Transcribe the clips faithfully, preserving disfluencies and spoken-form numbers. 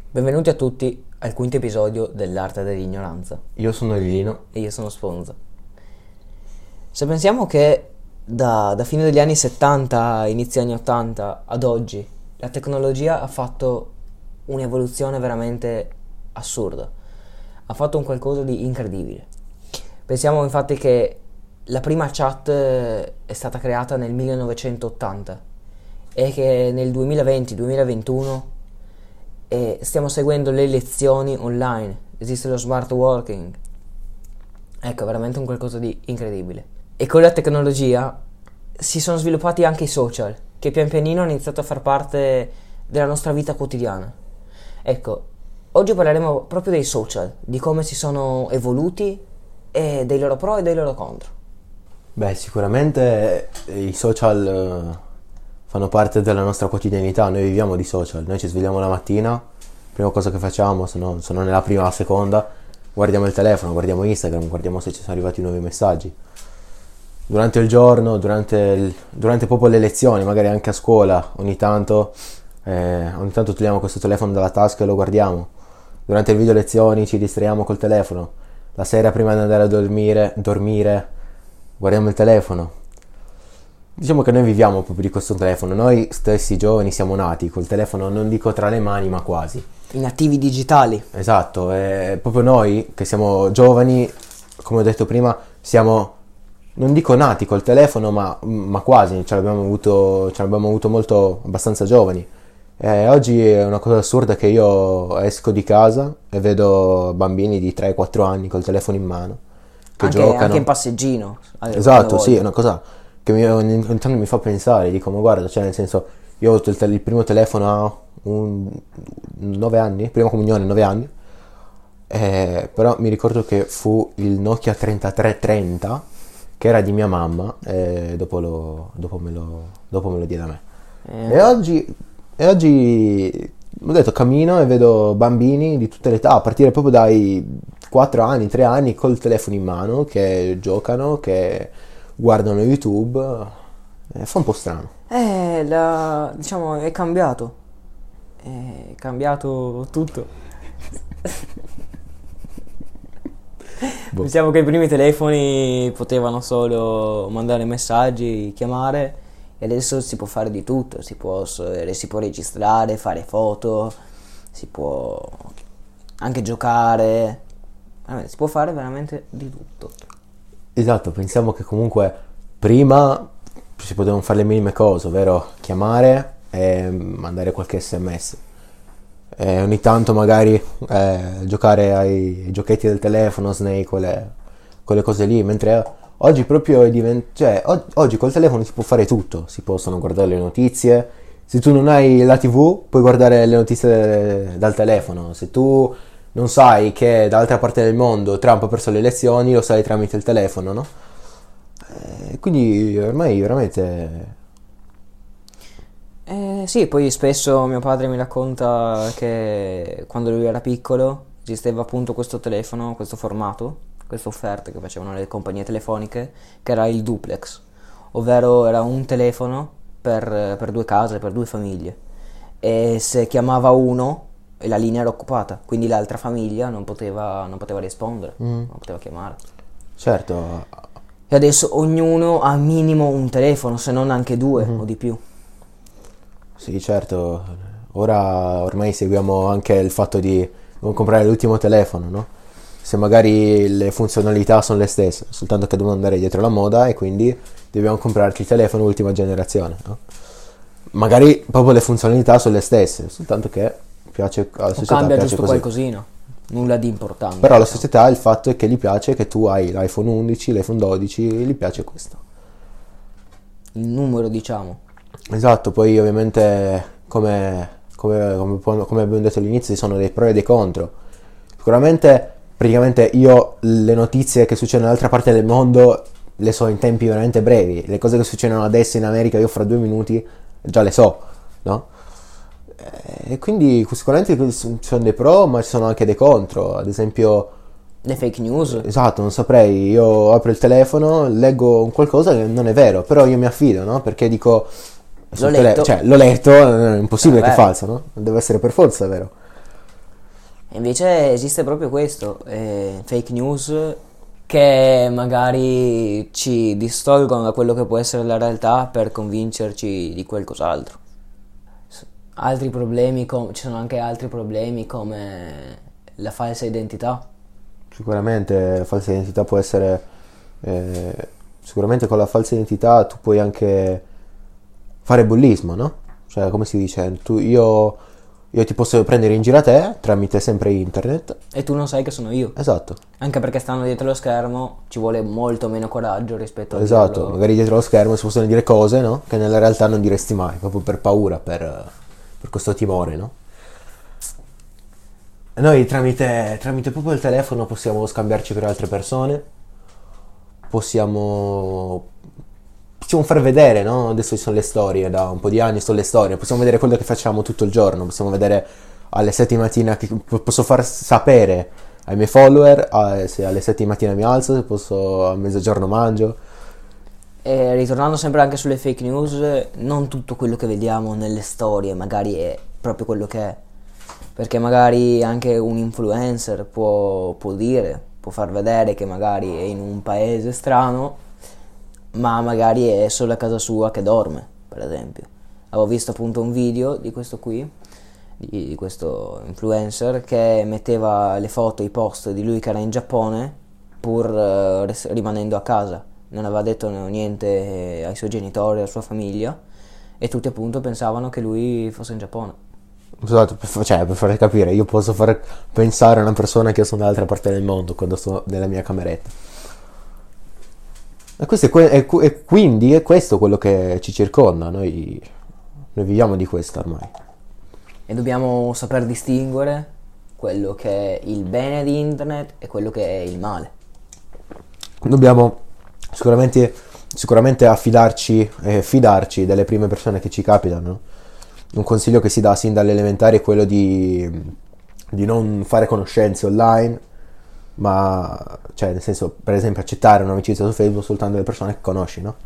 Benvenuti a tutti al quinto episodio dell'Arte dell'Ignoranza. Io sono Lilino. E io sono Sponza. Se pensiamo che da, da fine degli anni settanta, inizio anni ottanta ad oggi, la tecnologia ha fatto un'evoluzione veramente assurda. Ha fatto un qualcosa di incredibile. Pensiamo infatti che la prima chat è stata creata nel millenovecentottanta e che nel duemilaventi-duemilaventuno e stiamo seguendo le lezioni online, esiste lo smart working. Ecco, veramente un qualcosa di incredibile. E con la tecnologia si sono sviluppati anche i social, che pian pianino hanno iniziato a far parte della nostra vita quotidiana. Ecco, oggi parleremo proprio dei social, di come si sono evoluti e dei loro pro e dei loro contro. Beh, sicuramente i social eh, fanno parte della nostra quotidianità, noi viviamo di social, noi ci svegliamo la mattina, prima cosa che facciamo, se, no, se non è la prima o la seconda, guardiamo il telefono, guardiamo Instagram, guardiamo se ci sono arrivati nuovi messaggi. Durante il giorno, durante, il, durante proprio le lezioni, magari anche a scuola, ogni tanto, eh, ogni tanto togliamo questo telefono dalla tasca e lo guardiamo. Durante le video lezioni ci distraiamo col telefono. La sera prima di andare a dormire, dormire guardiamo il telefono. Diciamo che noi viviamo proprio di questo telefono. Noi stessi giovani siamo nati col telefono, non dico tra le mani, ma quasi. I nativi digitali. Esatto, e proprio noi che siamo giovani, come ho detto prima, siamo, non dico nati col telefono, ma, ma quasi, ce l'abbiamo avuto, ce l'abbiamo avuto molto, abbastanza giovani. E oggi è una cosa assurda che io esco di casa e vedo bambini di tre quattro anni col telefono in mano che anche, giocano. Anche in passeggino. Esatto, sì, è una cosa che mi, ogni tanto mi fa pensare, dico, ma guarda, cioè nel senso, io ho avuto il, te- il primo telefono a un, nove anni, prima comunione, nove anni, eh, però mi ricordo che fu il Nokia trentatré trenta, che era di mia mamma, e dopo, lo, dopo, me, lo, dopo me lo diede a me. Eh. E oggi, e oggi, ho detto, cammino e vedo bambini di tutte le età, a partire proprio dai quattro anni, tre anni, col telefono in mano, che giocano, che guardano YouTube, eh, fa un po' strano. Eh, la, diciamo, è cambiato. È cambiato tutto. Boh. Pensiamo che i primi telefoni potevano solo mandare messaggi, chiamare, e adesso si può fare di tutto. Si può, si può registrare, fare foto, si può anche giocare. Si può fare veramente di tutto. Esatto, pensiamo che comunque prima si potevano fare le minime cose, ovvero chiamare e mandare qualche sms. E ogni tanto magari eh, giocare ai giochetti del telefono, Snake, quelle, quelle cose lì, mentre oggi proprio è divent- cioè, o- oggi col telefono si può fare tutto, si possono guardare le notizie, se tu non hai la tivù puoi guardare le notizie dal telefono, se tu non sai che dall'altra parte del mondo Trump ha perso le elezioni, lo sai tramite il telefono, no? E quindi ormai veramente... Eh, sì, poi spesso mio padre mi racconta che quando lui era piccolo esisteva appunto questo telefono, questo formato, queste offerte che facevano le compagnie telefoniche, che era il duplex, ovvero era un telefono per, per due case, per due famiglie, e se chiamava uno e la linea era occupata, quindi l'altra famiglia non poteva, non poteva rispondere, mm. non poteva chiamare. Certo. E adesso ognuno ha minimo un telefono, se non anche due mm-hmm. o di più. Sì, certo. Ora ormai seguiamo anche il fatto di non comprare l'ultimo telefono, no? Se magari le funzionalità sono le stesse, soltanto che dobbiamo andare dietro la moda e quindi dobbiamo comprarci il telefono ultima generazione, no? Magari proprio le funzionalità sono le stesse, soltanto che piace alla società, o cambia piace giusto così. Qualcosina, nulla di importante. Però alla società il fatto è che gli piace che tu hai l'iPhone undici, l'iPhone dodici, gli piace questo. Il numero, diciamo. Esatto, poi ovviamente come, come, come, come abbiamo detto all'inizio ci sono dei pro e dei contro. Sicuramente, praticamente io le notizie che succedono dall'altra parte del mondo le so in tempi veramente brevi. Le cose che succedono adesso in America io fra due minuti già le so, no? E quindi sicuramente ci sono dei pro, ma ci sono anche dei contro. Ad esempio le fake news. Esatto, non saprei, io apro il telefono, leggo un qualcosa che non è vero, però io mi affido, no? Perché dico L'ho letto. Tele- cioè l'ho letto, è impossibile che è falso, no? Deve essere per forza vero. E invece esiste proprio questo, eh, fake news che magari ci distolgono da quello che può essere la realtà per convincerci di qualcos'altro. S- Altri problemi, com- ci sono anche altri problemi come la falsa identità. Sicuramente falsa identità può essere... eh, sicuramente con la falsa identità tu puoi anche fare bullismo, no? Cioè, come si dice, tu, io, io ti posso prendere in giro a te tramite sempre internet. E tu non sai che sono io. Esatto, Anche perché stando dietro lo schermo ci vuole molto meno coraggio rispetto a esatto. dirlo. Magari dietro lo schermo si possono dire cose, no? Che nella realtà non diresti mai, proprio per paura, per, per questo timore, no? E noi tramite, tramite proprio il telefono possiamo scambiarci per altre persone, possiamo, possiamo far vedere, no? Adesso ci sono le storie, da un po' di anni sono le storie, possiamo vedere quello che facciamo tutto il giorno, possiamo vedere alle sette di mattina, che posso far sapere ai miei follower eh, se alle sette di mattina mi alzo, se posso a mezzogiorno mangio. E ritornando sempre anche sulle fake news, non tutto quello che vediamo nelle storie magari è proprio quello che è. Perché magari anche un influencer può, può dire, può far vedere che magari è in un paese strano, ma magari è solo a casa sua che dorme, per esempio. Avevo visto appunto un video di questo qui, di, di questo influencer, che metteva le foto, i post di lui che era in Giappone, pur eh, res- rimanendo a casa. Non aveva detto niente ai suoi genitori, alla sua famiglia, e tutti appunto pensavano che lui fosse in Giappone. Esatto, per, fa- cioè, per fare capire, io posso far pensare a una persona che io sono dall'altra parte del mondo quando sto nella mia cameretta. E, questo è que- è que- e quindi è questo quello che ci circonda, noi, noi viviamo di questo ormai. E dobbiamo saper distinguere quello che è il bene di internet e quello che è il male. Dobbiamo sicuramente, sicuramente affidarci e fidarci delle prime persone che ci capitano. Un consiglio che si dà sin dalle elementari è quello di, di non fare conoscenze online, ma cioè nel senso, per esempio, accettare un'amicizia su Facebook soltanto le persone che conosci, no?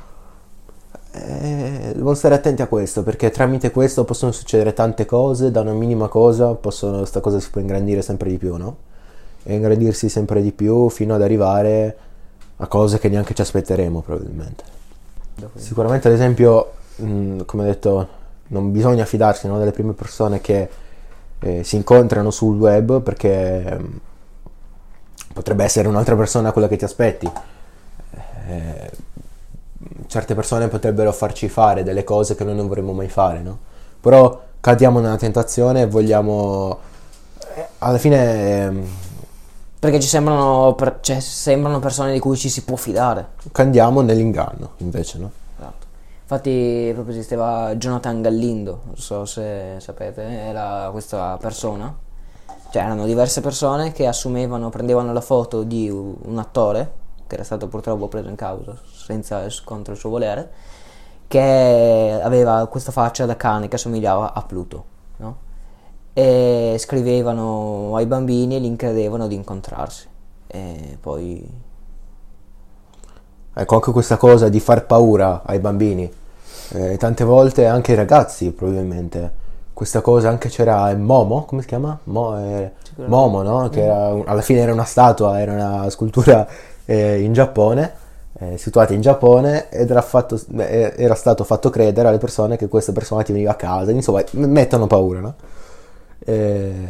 Eh, devo stare attenti a questo, perché tramite questo possono succedere tante cose, da una minima cosa possono, sta cosa si può ingrandire sempre di più, no? E ingrandirsi sempre di più fino ad arrivare a cose che neanche ci aspetteremo probabilmente. Sicuramente, ad esempio, mh, come ho detto, non bisogna fidarsi, no, delle prime persone che eh, si incontrano sul web, perché mh, potrebbe essere un'altra persona quella che ti aspetti. Eh, certe persone potrebbero farci fare delle cose che noi non vorremmo mai fare, no? Però cadiamo nella tentazione e vogliamo... eh, alla fine... ehm, Perché ci sembrano, per- cioè, sembrano persone di cui ci si può fidare. Candiamo nell'inganno, invece, no? Esatto. Infatti proprio esisteva Jonathan Gallindo, non so se sapete, era questa persona. Cioè erano diverse persone che assumevano, prendevano la foto di un attore, che era stato purtroppo preso in causa senza contro il suo volere, che aveva questa faccia da cane che assomigliava a Pluto, no? E scrivevano ai bambini e li incredevano di incontrarsi. E poi Ecco, anche questa cosa di far paura ai bambini, eh, tante volte anche ai ragazzi probabilmente, questa cosa anche c'era Momo, come si chiama? Mo- eh, Momo, no? Che era un- alla fine era una statua, era una scultura eh, in Giappone, eh, situata in Giappone, ed era, fatto, eh, era stato fatto credere alle persone che questa persona ti veniva a casa, insomma, m- mettono paura, no? Eh,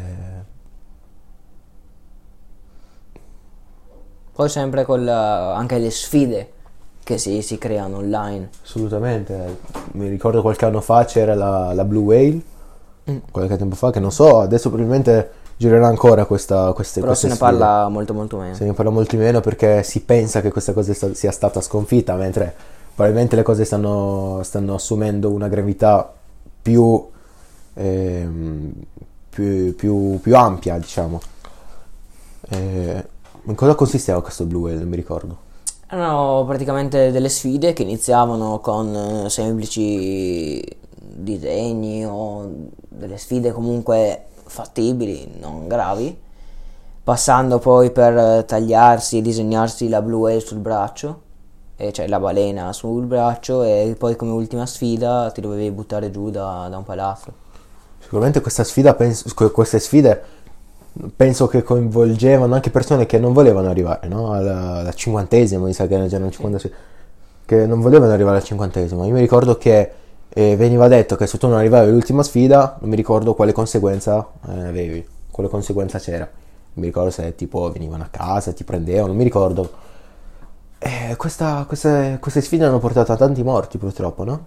Poi sempre con la- anche le sfide che si, si creano online. Assolutamente, mi ricordo qualche anno fa c'era la, la Blue Whale, qualche tempo fa, che non so, adesso probabilmente girerà ancora questa, queste, Però se queste ne sfide. parla molto molto meno. Se ne parla molto di meno perché si pensa che questa cosa sta- sia stata sconfitta, mentre probabilmente le cose stanno, stanno assumendo una gravità più, ehm, più, più, più ampia, diciamo. Eh, in cosa consisteva questo Blue Whale? Non mi ricordo. Erano praticamente delle sfide che iniziavano con eh, semplici disegni o delle sfide comunque fattibili, non gravi, passando poi per eh, tagliarsi e disegnarsi la Blue Whale sul braccio, e cioè la balena sul braccio, e poi come ultima sfida ti dovevi buttare giù da, da un palazzo. Sicuramente questa sfida, penso, que- queste sfide penso che coinvolgevano anche persone che non volevano arrivare, no? Alla, alla cinquantesima, mi sa che era già nel cinquantasei, che non volevano arrivare al cinquantesimo. Io mi ricordo che eh, veniva detto che se tu non arrivavi all'ultima sfida, non mi ricordo quale conseguenza eh, avevi, quale conseguenza c'era. Non mi ricordo se tipo venivano a casa, ti prendevano, non mi ricordo. Eh, questa, queste, queste sfide hanno portato a tanti morti purtroppo, no?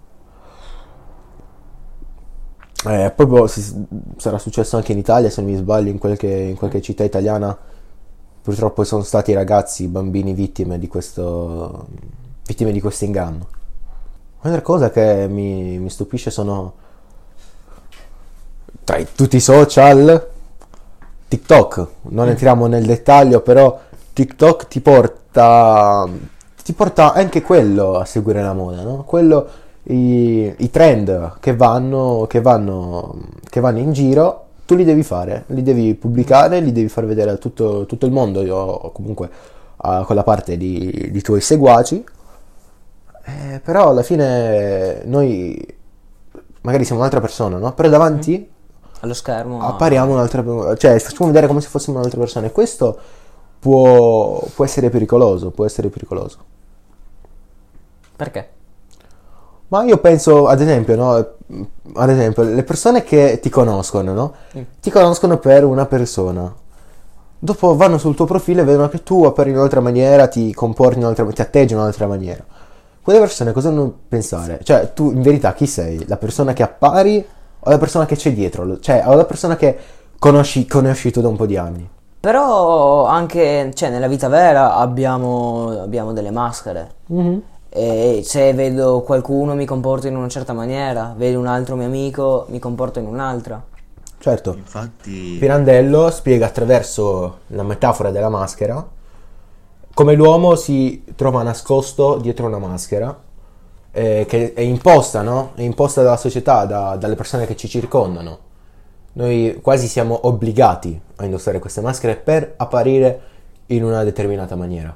Eh, poi boh, si- sarà successo anche in Italia, se non mi sbaglio, in qualche, in qualche città italiana. Purtroppo sono stati ragazzi, bambini vittime di questo, vittime di questo inganno. Un'altra cosa che mi, mi stupisce sono tra i- tutti i social, TikTok. Non entriamo nel dettaglio, però TikTok ti porta, ti porta anche quello a seguire la moda, no? Quello, i, i trend che vanno, che vanno, che vanno in giro, tu li devi fare, li devi pubblicare, li devi far vedere a tutto, tutto il mondo, io, o comunque a quella parte di, di tuoi seguaci. Eh, però alla fine noi magari siamo un'altra persona, no? Però davanti Allo schermo. appariamo un'altra, cioè facciamo vedere come se fossimo un'altra persona, e questo può, può essere pericoloso, può essere pericoloso. Perché? Ma io penso, ad esempio, no? Ad esempio, le persone che ti conoscono, no? Mm. Ti conoscono per una persona. Dopo vanno sul tuo profilo e vedono che tu appari in un'altra maniera, ti comporti in un'altra, ti atteggi in un'altra maniera. Quelle persone cosa devono pensare? Cioè, tu in verità chi sei? La persona che appari o la persona che c'è dietro? Cioè, o la persona che conosci, conosci tu da un po' di anni? Però anche, cioè, nella vita vera abbiamo, abbiamo delle maschere. E se vedo qualcuno mi comporto in una certa maniera, vedo un altro mio amico mi comporto in un'altra. Certo. Infatti, Pirandello spiega attraverso la metafora della maschera come l'uomo si trova nascosto dietro una maschera eh, che è imposta, no? È imposta dalla società, da- dalle persone che ci circondano. Noi quasi siamo obbligati a indossare queste maschere per apparire in una determinata maniera.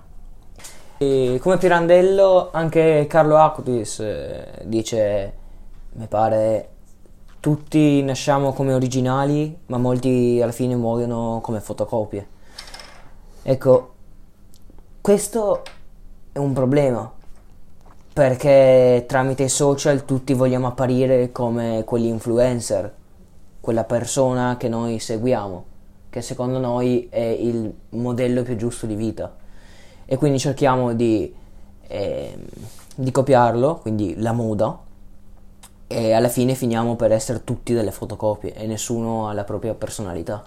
E come Pirandello, anche Carlo Acutis eh, dice, mi pare, tutti nasciamo come originali, ma molti alla fine muoiono come fotocopie. Ecco, questo è un problema, perché tramite i social tutti vogliamo apparire come quegli influencer, quella persona che noi seguiamo, che secondo noi è il modello più giusto di vita. E quindi cerchiamo di, ehm, di copiarlo, quindi la moda, e alla fine finiamo per essere tutti delle fotocopie e nessuno ha la propria personalità.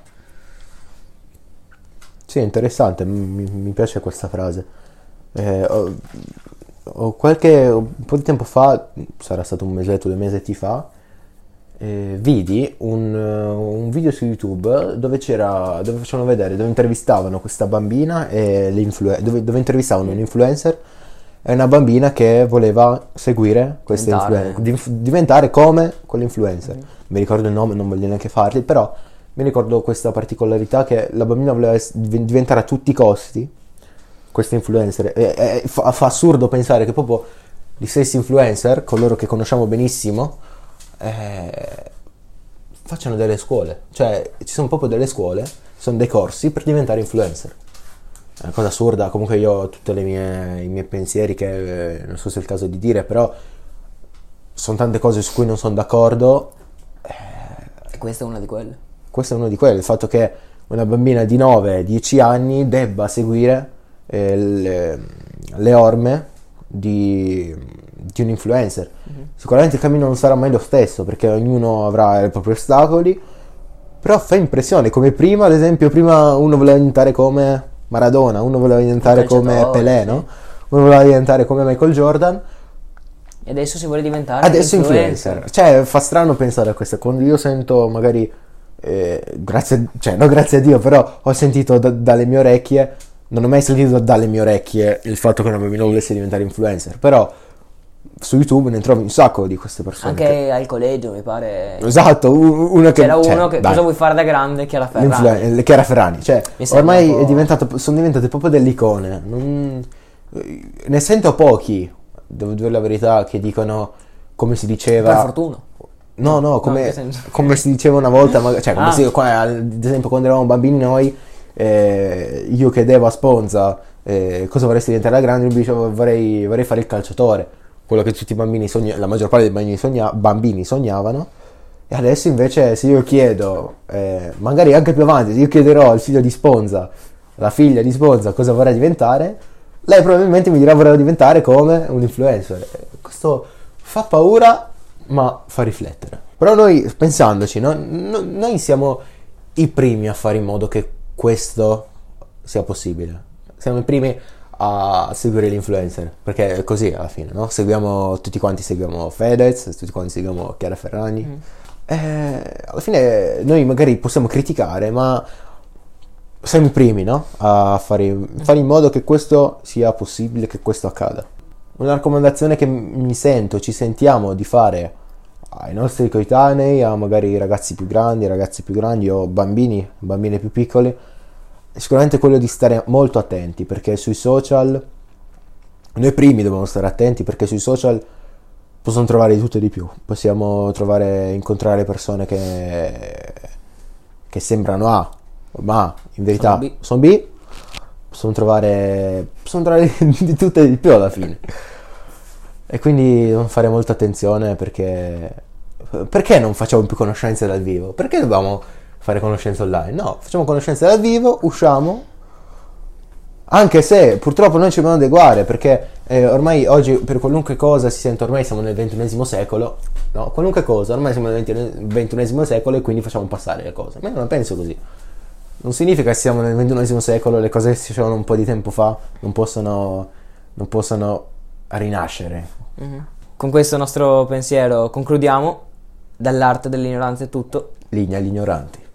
Sì, è interessante, mi, mi piace questa frase. Eh, ho, ho qualche, un po' di tempo fa, sarà stato un mesetto, due mesetti fa, eh, vidi un, un video su YouTube dove c'era, dove facevano vedere, dove intervistavano questa bambina e le influ- dove, dove intervistavano un influencer e una bambina che voleva seguire questa Diventare. influencer, diventare come quell'influencer. Mi ricordo il nome, non voglio neanche farli, però mi ricordo questa particolarità che la bambina voleva ess- div- diventare a tutti i costi questo influencer. E, e fa, fa assurdo pensare che proprio gli stessi influencer, coloro che conosciamo benissimo, eh, facciano delle scuole, cioè ci sono proprio delle scuole, ci sono dei corsi per diventare influencer. È una cosa assurda. Comunque io ho tutti i miei pensieri che eh, non so se è il caso di dire, però sono tante cose su cui non sono d'accordo. E questa è una di quelle. Questo è uno di quelli, il fatto che una bambina di nove dieci anni debba seguire eh, le, le orme di, di un influencer. Sicuramente il cammino non sarà mai lo stesso, perché ognuno avrà i propri ostacoli, però fa impressione, come prima, ad esempio, prima uno voleva diventare come Maradona, uno voleva diventare come calciatore, Pelé, sì. no? Uno voleva diventare come Michael Jordan. E adesso si vuole diventare Adesso influencer. influencer. Cioè, fa strano pensare a questo. Quando io sento magari, eh, grazie, cioè, no grazie a Dio, però ho sentito da- dalle mie orecchie, non ho mai sentito dalle mie orecchie il fatto che una bambina volesse diventare influencer, però su YouTube ne trovi un sacco di queste persone. Anche che- al collegio mi pare Esatto, u- uno che... c'era cioè, uno che dai, cosa vuoi fare da grande, Chiara Ferragni. l'influ- Chiara Ferragni, cioè, Mi sembra ormai un po'- è diventato, sono diventate proprio delle icone. Non- ne sento pochi, devo dire la verità, che dicono, come si diceva... Per fortuna. No, no, No, come, in che senso? come si diceva una volta, ma- cioè come Ah. si, qua- ad esempio quando eravamo bambini noi, eh, io chiedevo a Sponza eh, cosa vorresti diventare da grande, lui mi diceva vorrei, vorrei fare il calciatore, quello che tutti i bambini sognavano, la maggior parte dei bambini, sogna- bambini sognavano, e adesso invece se io chiedo, eh, magari anche più avanti, se io chiederò al figlio di Sponza, alla figlia di Sponza cosa vorrei diventare, lei probabilmente mi dirà vorrei diventare come un influencer. Questo fa paura, ma fa riflettere. Però noi, pensandoci, no? No- noi siamo i primi a fare in modo che questo sia possibile. Siamo i primi a seguire l'influencer, perché è così alla fine, no? Seguiamo, tutti quanti seguiamo Fedez, tutti quanti seguiamo Chiara Ferragni. Mm. Eh, alla fine noi magari possiamo criticare, ma siamo i primi, no? A fare, fare in modo che questo sia possibile, che questo accada. Una raccomandazione che mi sento, ci sentiamo di fare ai nostri coetanei, a magari ragazzi più grandi, ragazzi più grandi o bambini, bambine più piccoli, è sicuramente quello di stare molto attenti, perché sui social, noi primi dobbiamo stare attenti, perché sui social possono trovare di tutto e di più. Possiamo trovare, incontrare persone che, che sembrano A, ma in verità Sono B. sono B, possono trovare, possono trovare di tutto e di più alla fine. E quindi dobbiamo fare molta attenzione, perché perché non facciamo più conoscenze dal vivo? Perché dobbiamo fare conoscenze online? No, facciamo conoscenze dal vivo, usciamo, anche se purtroppo noi ci dobbiamo adeguare, perché eh, ormai oggi per qualunque cosa si sente, ormai siamo nel ventunesimo secolo, no? Qualunque cosa, ormai siamo nel ventunesimo secolo e quindi facciamo passare le cose. Ma io non la penso così. Non significa che siamo nel ventunesimo secolo, le cose che si facevano un po' di tempo fa non possono, non possono rinascere. Mhm. Con questo nostro pensiero concludiamo. Dall'arte dell'ignoranza è tutto. Linea agli ignoranti.